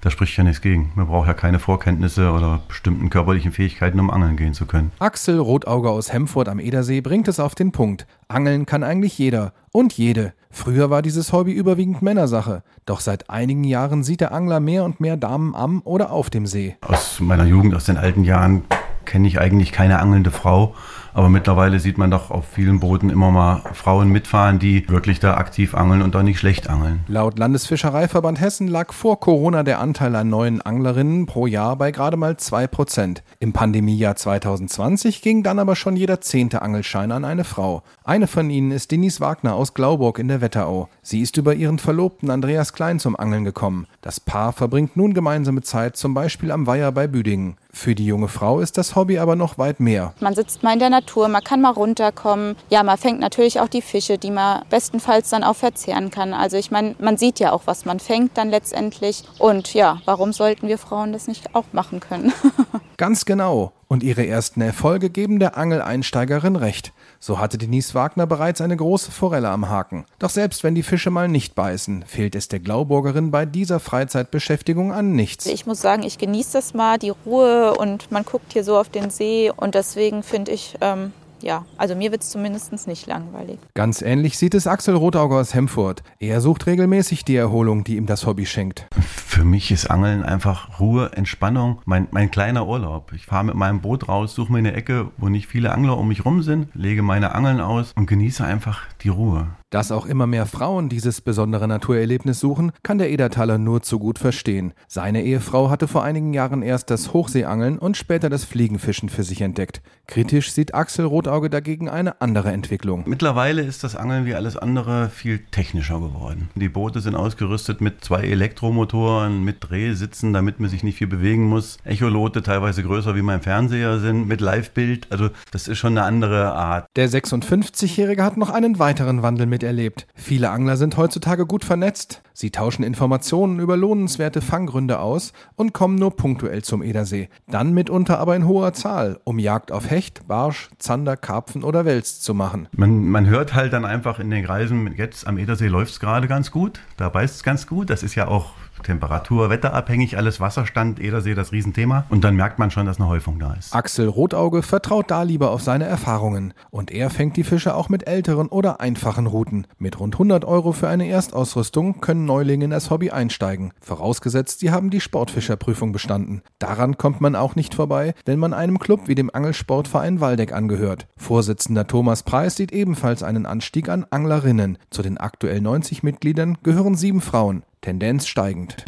Da spricht ja nichts gegen. Man braucht ja keine Vorkenntnisse oder bestimmten körperlichen Fähigkeiten, um angeln gehen zu können. Axel Rotauge aus Hemfurt am Edersee bringt es auf den Punkt. Angeln kann eigentlich jeder und jede. Früher war dieses Hobby überwiegend Männersache. Doch seit einigen Jahren sieht der Angler mehr und mehr Damen am oder auf dem See. Aus meiner Jugend, aus den alten Jahren, kenne ich eigentlich keine angelnde Frau. Aber mittlerweile sieht man doch auf vielen Booten immer mal Frauen mitfahren, die wirklich da aktiv angeln und auch nicht schlecht angeln. Laut Landesfischereiverband Hessen lag vor Corona der Anteil an neuen Anglerinnen pro Jahr bei gerade mal 2%. Im Pandemiejahr 2020 ging dann aber schon jeder 10. Angelschein an eine Frau. Eine von ihnen ist Denise Wagner aus Glauburg in der Wetterau. Sie ist über ihren Verlobten Andreas Klein zum Angeln gekommen. Das Paar verbringt nun gemeinsame Zeit, zum Beispiel am Weiher bei Büdingen. Für die junge Frau ist das Hobby aber noch weit mehr. Man sitzt mal in der Natur, man kann mal runterkommen. Ja, man fängt natürlich auch die Fische, die man bestenfalls dann auch verzehren kann. Also ich meine, man sieht ja auch, was man fängt dann letztendlich. Und ja, warum sollten wir Frauen das nicht auch machen können? Ganz genau. Und ihre ersten Erfolge geben der Angeleinsteigerin recht. So hatte Denise Wagner bereits eine große Forelle am Haken. Doch selbst wenn die Fische mal nicht beißen, fehlt es der Glauburgerin bei dieser Freizeitbeschäftigung an nichts. Ich muss sagen, ich genieße das mal, die Ruhe, und man guckt hier so auf den See. Und deswegen finde ich, also mir wird es zumindest nicht langweilig. Ganz ähnlich sieht es Axel Rotauge aus Hemfurt. Er sucht regelmäßig die Erholung, die ihm das Hobby schenkt. Für mich ist Angeln einfach Ruhe, Entspannung, mein kleiner Urlaub. Ich fahre mit meinem Boot raus, suche mir eine Ecke, wo nicht viele Angler um mich rum sind, lege meine Angeln aus und genieße einfach die Ruhe. Dass auch immer mehr Frauen dieses besondere Naturerlebnis suchen, kann der Edertaler nur zu gut verstehen. Seine Ehefrau hatte vor einigen Jahren erst das Hochseeangeln und später das Fliegenfischen für sich entdeckt. Kritisch sieht Axel Rotauge dagegen eine andere Entwicklung. Mittlerweile ist das Angeln wie alles andere viel technischer geworden. Die Boote sind ausgerüstet mit 2 Elektromotoren, mit Drehsitzen, damit man sich nicht viel bewegen muss. Echolote, teilweise größer wie mein Fernseher sind, mit Live-Bild. Also das ist schon eine andere Art. Der 56-Jährige hat noch einen weiteren Wandel miterlebt. Viele Angler sind heutzutage gut vernetzt. Sie tauschen Informationen über lohnenswerte Fanggründe aus und kommen nur punktuell zum Edersee. Dann mitunter aber in hoher Zahl, um Jagd auf Hecht, Barsch, Zander, Karpfen oder Wels zu machen. Man hört halt dann einfach in den Kreisen, jetzt am Edersee läuft es gerade ganz gut, da beißt es ganz gut. Das ist ja auch Temperatur, wetterabhängig, alles Wasserstand, Edersee, das Riesenthema. Und dann merkt man schon, dass eine Häufung da ist. Axel Rotauge vertraut da lieber auf seine Erfahrungen. Und er fängt die Fische auch mit älteren oder einfachen Routen. Mit rund 100 € für eine Erstausrüstung können Neulinge in das Hobby einsteigen. Vorausgesetzt, sie haben die Sportfischerprüfung bestanden. Daran kommt man auch nicht vorbei, wenn man einem Club wie dem Angelsportverein Waldeck angehört. Vorsitzender Thomas Preis sieht ebenfalls einen Anstieg an Anglerinnen. Zu den aktuell 90 Mitgliedern gehören 7 Frauen. Tendenz steigend.